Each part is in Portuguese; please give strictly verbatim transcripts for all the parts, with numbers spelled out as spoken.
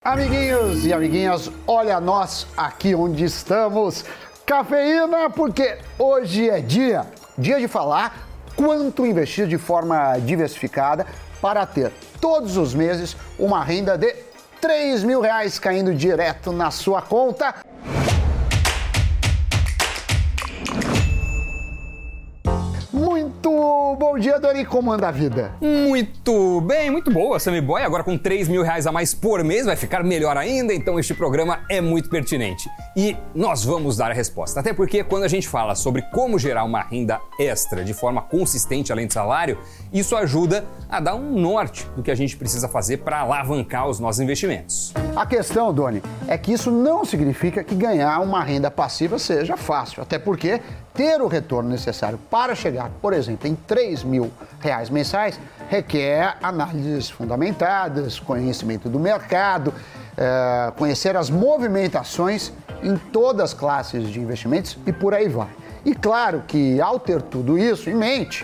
Amiguinhos e amiguinhas, olha nós aqui onde estamos. Cafeína, porque hoje é dia, dia de falar quanto investir de forma diversificada para ter todos os meses uma renda de três mil reais caindo direto na sua conta. Muito bom dia, Doni. Como anda a vida? Muito bem, muito boa, Sammy Boy. Agora com três mil reais a mais por mês vai ficar melhor ainda, então este programa é muito pertinente. E nós vamos dar a resposta. Até porque quando a gente fala sobre como gerar uma renda extra de forma consistente além do salário, isso ajuda a dar um norte do que a gente precisa fazer para alavancar os nossos investimentos. A questão, Doni, é que isso não significa que ganhar uma renda passiva seja fácil. Até porque ter o retorno necessário para chegar, por exemplo, em três mil reais mensais, requer análises fundamentadas, conhecimento do mercado, é, conhecer as movimentações em todas as classes de investimentos e por aí vai. E claro que ao ter tudo isso em mente,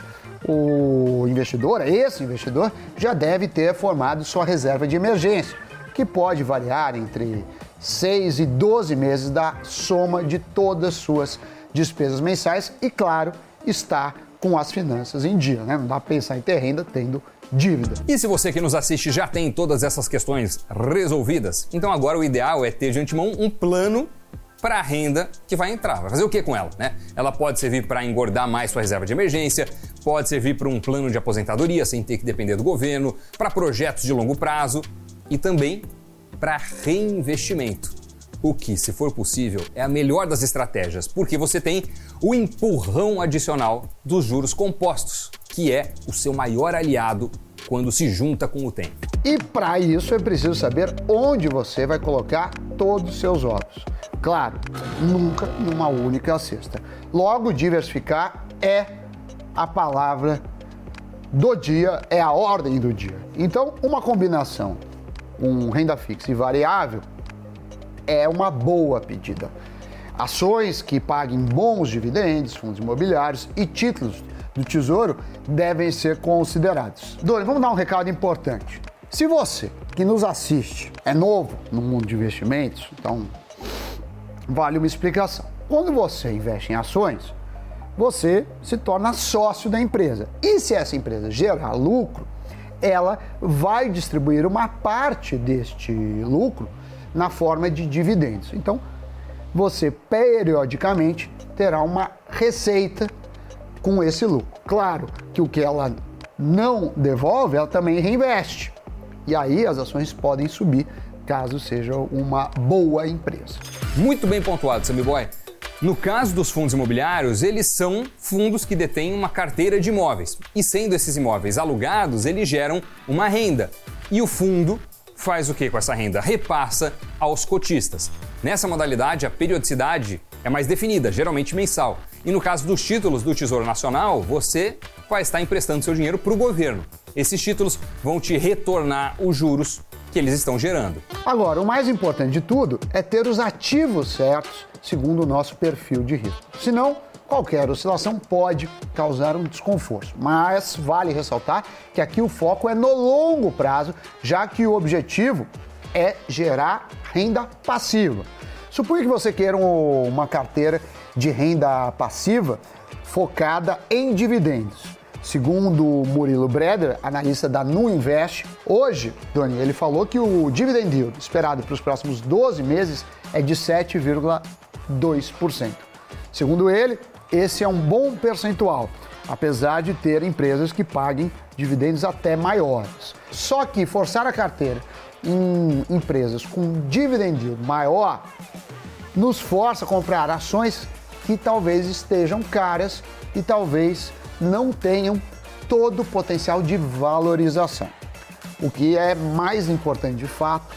o investidor, esse investidor, já deve ter formado sua reserva de emergência, que pode variar entre seis e doze meses da soma de todas as suas despesas mensais e, claro, está com as finanças em dia, né? Não dá para pensar em ter renda tendo dívida. E se você que nos assiste já tem todas essas questões resolvidas, então agora o ideal é ter de antemão um plano para a renda que vai entrar. Vai fazer o que com ela, né? Ela pode servir para engordar mais sua reserva de emergência, pode servir para um plano de aposentadoria sem ter que depender do governo, para projetos de longo prazo e também para reinvestimento. O que, se for possível, é a melhor das estratégias, porque você tem o empurrão adicional dos juros compostos, que é o seu maior aliado quando se junta com o tempo. E para isso é preciso saber onde você vai colocar todos os seus ovos. Claro, nunca numa única cesta. Logo, diversificar é a palavra do dia, é a ordem do dia. Então, uma combinação com renda fixa e variável é uma boa pedida. Ações que paguem bons dividendos, fundos imobiliários e títulos do Tesouro devem ser considerados. Doni, vamos dar um recado importante. Se você que nos assiste é novo no mundo de investimentos, então vale uma explicação. Quando você investe em ações, você se torna sócio da empresa. E se essa empresa gerar lucro, ela vai distribuir uma parte deste lucro na forma de dividendos. Então, você periodicamente terá uma receita com esse lucro. Claro que o que ela não devolve, ela também reinveste. E aí as ações podem subir, caso seja uma boa empresa. Muito bem pontuado, Sammy Boy. No caso dos fundos imobiliários, eles são fundos que detêm uma carteira de imóveis. E sendo esses imóveis alugados, eles geram uma renda. E o fundo faz o que com essa renda? Repassa aos cotistas. Nessa modalidade, a periodicidade é mais definida, geralmente mensal. E no caso dos títulos do Tesouro Nacional, você vai estar emprestando seu dinheiro para o governo. Esses títulos vão te retornar os juros que eles estão gerando. Agora, o mais importante de tudo é ter os ativos certos, segundo o nosso perfil de risco. Senão, qualquer oscilação pode causar um desconforto, mas vale ressaltar que aqui o foco é no longo prazo, já que o objetivo é gerar renda passiva. Suponha que você queira uma carteira de renda passiva focada em dividendos. Segundo Murilo Breder, analista da Nuinvest, hoje, Doni, ele falou que o dividend yield esperado para os próximos doze meses é de sete vírgula dois por cento. Segundo ele, esse é um bom percentual, apesar de ter empresas que paguem dividendos até maiores. Só que forçar a carteira em empresas com dividend yield maior nos força a comprar ações que talvez estejam caras e talvez não tenham todo o potencial de valorização. O que é mais importante de fato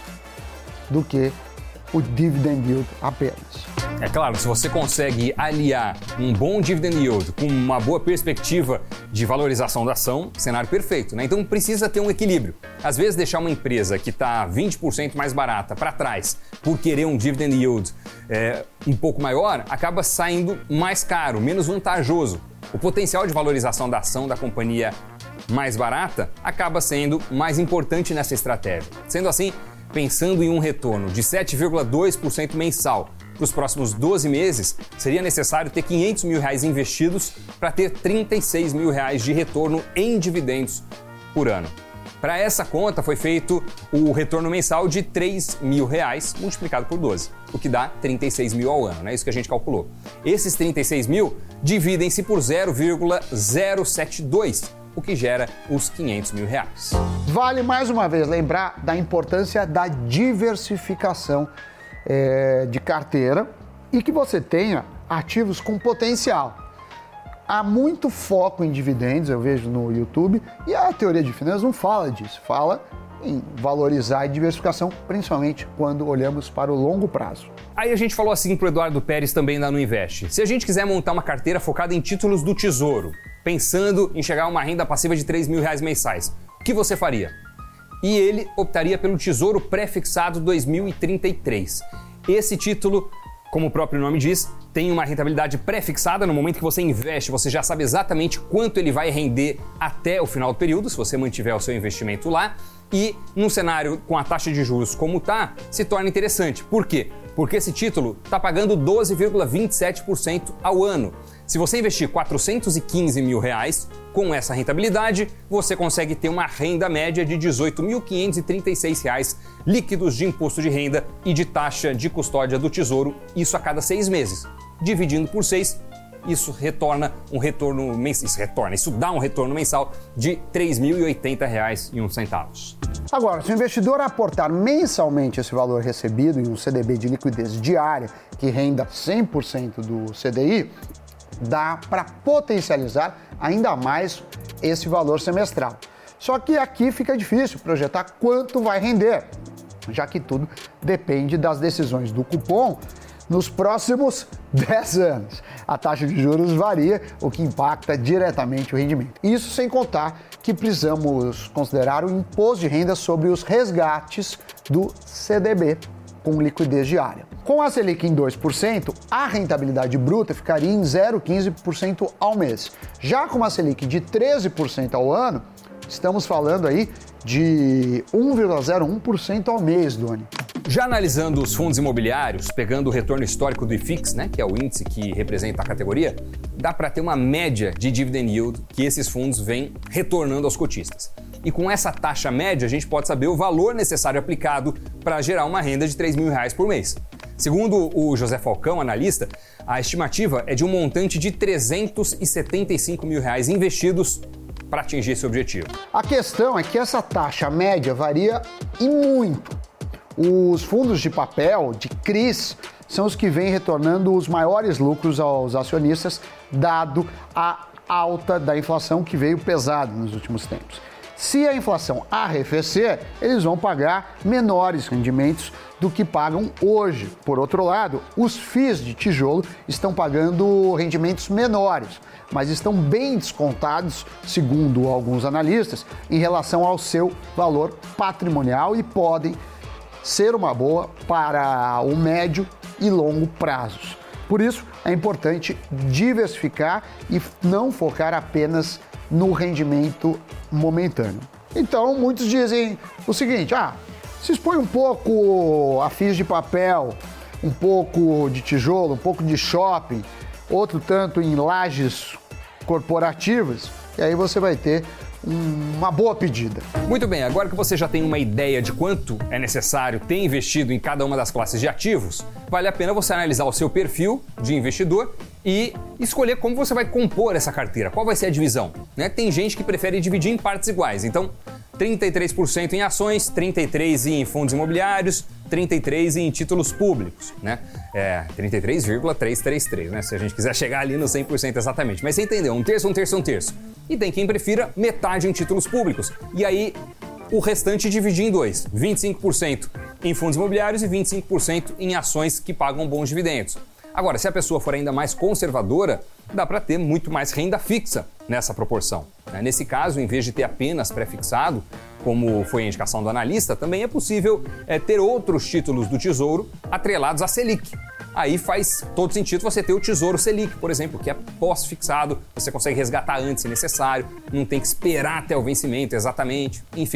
do que o dividend yield apenas. É claro, se você consegue aliar um bom dividend yield com uma boa perspectiva de valorização da ação, cenário perfeito, né? Então precisa ter um equilíbrio. Às vezes deixar uma empresa que está vinte por cento mais barata para trás por querer um dividend yield é, um pouco maior, acaba saindo mais caro, menos vantajoso. O potencial de valorização da ação da companhia mais barata acaba sendo mais importante nessa estratégia. Sendo assim, pensando em um retorno de sete vírgula dois por cento mensal para os próximos doze meses, seria necessário ter quinhentos mil reais investidos para ter trinta e seis mil reais de retorno em dividendos por ano. Para essa conta foi feito o retorno mensal de três mil reais multiplicado por doze, o que dá trinta e seis mil ao ano, né? Isso que a gente calculou. Esses trinta e seis mil dividem-se por zero vírgula zero sete dois, o que gera os quinhentos mil reais. Vale mais uma vez lembrar da importância da diversificação é, de carteira e que você tenha ativos com potencial. Há muito foco em dividendos, eu vejo no YouTube, e a teoria de finanças não fala disso, fala em valorizar a diversificação, principalmente quando olhamos para o longo prazo. Aí a gente falou assim para o Eduardo Pérez também lá no Invest. Se a gente quiser montar uma carteira focada em títulos do Tesouro, pensando em chegar a uma renda passiva de três mil reais mensais, o que você faria? E ele optaria pelo Tesouro Pré-Fixado dois mil e trinta e três. Esse título, como o próprio nome diz, tem uma rentabilidade pré-fixada. No momento que você investe, você já sabe exatamente quanto ele vai render até o final do período, se você mantiver o seu investimento lá. E num cenário com a taxa de juros como está, se torna interessante. Por quê? Porque esse título está pagando doze vírgula vinte e sete por cento ao ano. Se você investir quatrocentos e quinze mil reais com essa rentabilidade, você consegue ter uma renda média de dezoito mil quinhentos e trinta e seis reais líquidos de imposto de renda e de taxa de custódia do Tesouro, isso a cada seis meses. Dividindo por seis, isso retorna um retorno mensal, isso retorna, isso dá um retorno mensal de três mil e oitenta reais e um centavos. Agora, se o investidor aportar mensalmente esse valor recebido em um C D B de liquidez diária que renda cem por cento do C D I, dá para potencializar ainda mais esse valor semestral. Só que aqui fica difícil projetar quanto vai render, já que tudo depende das decisões do cupom nos próximos dez anos. A taxa de juros varia, o que impacta diretamente o rendimento. Isso sem contar que precisamos considerar o imposto de renda sobre os resgates do C D B com liquidez diária. Com a Selic em dois por cento, a rentabilidade bruta ficaria em zero vírgula quinze por cento ao mês. Já com a Selic de treze por cento ao ano, estamos falando aí de um vírgula zero um por cento ao mês, Doni. Já analisando os fundos imobiliários, pegando o retorno histórico do I F I X, né, que é o índice que representa a categoria, dá para ter uma média de dividend yield que esses fundos vêm retornando aos cotistas. E com essa taxa média, a gente pode saber o valor necessário aplicado para gerar uma renda de três mil reais por mês. Segundo o José Falcão, analista, a estimativa é de um montante de trezentos e setenta e cinco mil reais investidos para atingir esse objetivo. A questão é que essa taxa média varia e muito. Os fundos de papel, de C R Is, são os que vêm retornando os maiores lucros aos acionistas, dado a alta da inflação que veio pesado nos últimos tempos. Se a inflação arrefecer, eles vão pagar menores rendimentos do que pagam hoje. Por outro lado, os F I Is de tijolo estão pagando rendimentos menores, mas estão bem descontados, segundo alguns analistas, em relação ao seu valor patrimonial e podem ser uma boa para o médio e longo prazos. Por isso, é importante diversificar e não focar apenas no rendimento momentâneo. Então, muitos dizem o seguinte: ah, se expõe um pouco a F I Is de papel, um pouco de tijolo, um pouco de shopping, outro tanto em lajes corporativas, e aí você vai ter uma boa pedida. Muito bem, agora que você já tem uma ideia de quanto é necessário ter investido em cada uma das classes de ativos, vale a pena você analisar o seu perfil de investidor e escolher como você vai compor essa carteira, qual vai ser a divisão, né? Tem gente que prefere dividir em partes iguais, então trinta e três por cento em ações, trinta e três por cento em fundos imobiliários, trinta e três por cento em títulos públicos, né? É, trinta e três vírgula trezentos e trinta e três, né? Se a gente quiser chegar ali no cem por cento exatamente. Mas você entendeu, um terço, um terço, um terço. E tem quem prefira metade em títulos públicos. E aí, o restante dividir em dois. vinte e cinco por cento em fundos imobiliários e vinte e cinco por cento em ações que pagam bons dividendos. Agora, se a pessoa for ainda mais conservadora, dá para ter muito mais renda fixa nessa proporção. Nesse caso, em vez de ter apenas pré-fixado, como foi a indicação do analista, também é possível é, ter outros títulos do Tesouro atrelados à Selic. Aí faz todo sentido você ter o Tesouro Selic, por exemplo, que é pós-fixado, você consegue resgatar antes se necessário, não tem que esperar até o vencimento exatamente, enfim.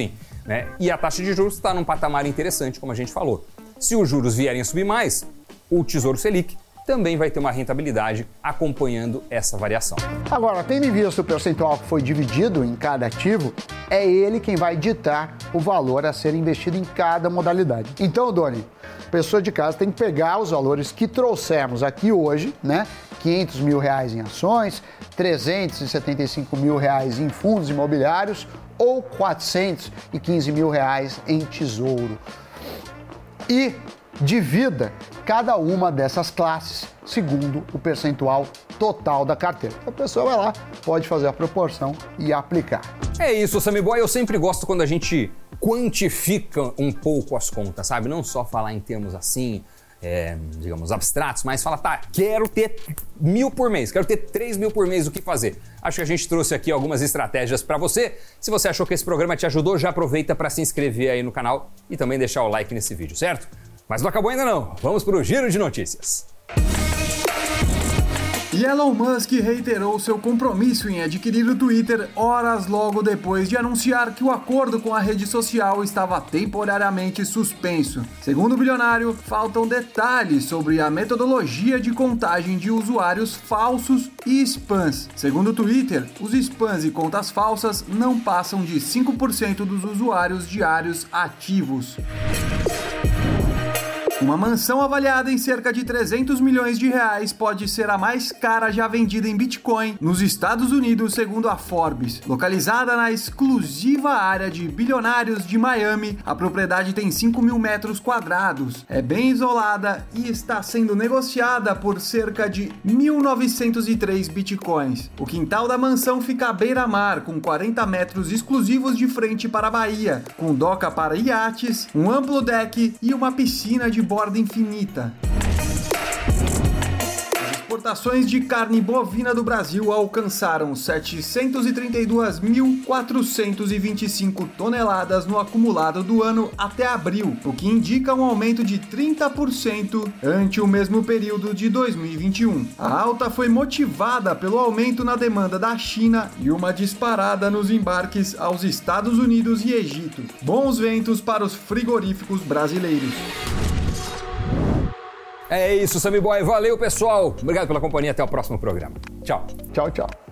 né? E a taxa de juros está num patamar interessante, como a gente falou. Se os juros vierem a subir mais, o Tesouro Selic também vai ter uma rentabilidade acompanhando essa variação. Agora, tendo em vista o percentual que foi dividido em cada ativo, é ele quem vai ditar o valor a ser investido em cada modalidade. Então, Doni, a pessoa de casa tem que pegar os valores que trouxemos aqui hoje, né? quinhentos mil reais em ações, trezentos e setenta e cinco mil reais em fundos imobiliários ou quatrocentos e quinze mil reais em tesouro. E divida cada uma dessas classes segundo o percentual total da carteira. A pessoa vai lá, pode fazer a proporção e aplicar. É isso, Sammy Boy. Eu sempre gosto quando a gente quantifica um pouco as contas, sabe? Não só falar em termos assim, é, digamos, abstratos, mas falar, tá, quero ter mil por mês, quero ter três mil por mês, o que fazer? Acho que a gente trouxe aqui algumas estratégias para você. Se você achou que esse programa te ajudou, já aproveita para se inscrever aí no canal e também deixar o like nesse vídeo, certo? Mas não acabou ainda não. Vamos para o Giro de Notícias. E Elon Musk reiterou seu compromisso em adquirir o Twitter horas logo depois de anunciar que o acordo com a rede social estava temporariamente suspenso. Segundo o bilionário, faltam detalhes sobre a metodologia de contagem de usuários falsos e spams. Segundo o Twitter, os spams e contas falsas não passam de cinco por cento dos usuários diários ativos. Uma mansão avaliada em cerca de trezentos milhões de reais pode ser a mais cara já vendida em Bitcoin nos Estados Unidos, segundo a Forbes. Localizada na exclusiva área de bilionários de Miami, a propriedade tem cinco mil metros quadrados, é bem isolada e está sendo negociada por cerca de mil novecentos e três Bitcoins. O quintal da mansão fica à beira-mar, com quarenta metros exclusivos de frente para a Bahia, com doca para iates, um amplo deck e uma piscina de borda infinita. As exportações de carne bovina do Brasil alcançaram setecentos e trinta e duas mil quatrocentos e vinte e cinco toneladas no acumulado do ano até abril, o que indica um aumento de trinta por cento ante o mesmo período de dois mil e vinte e um. A alta foi motivada pelo aumento na demanda da China e uma disparada nos embarques aos Estados Unidos e Egito. Bons ventos para os frigoríficos brasileiros. É isso, Sammy Boy. Valeu, pessoal. Obrigado pela companhia. Até o próximo programa. Tchau. Tchau, tchau.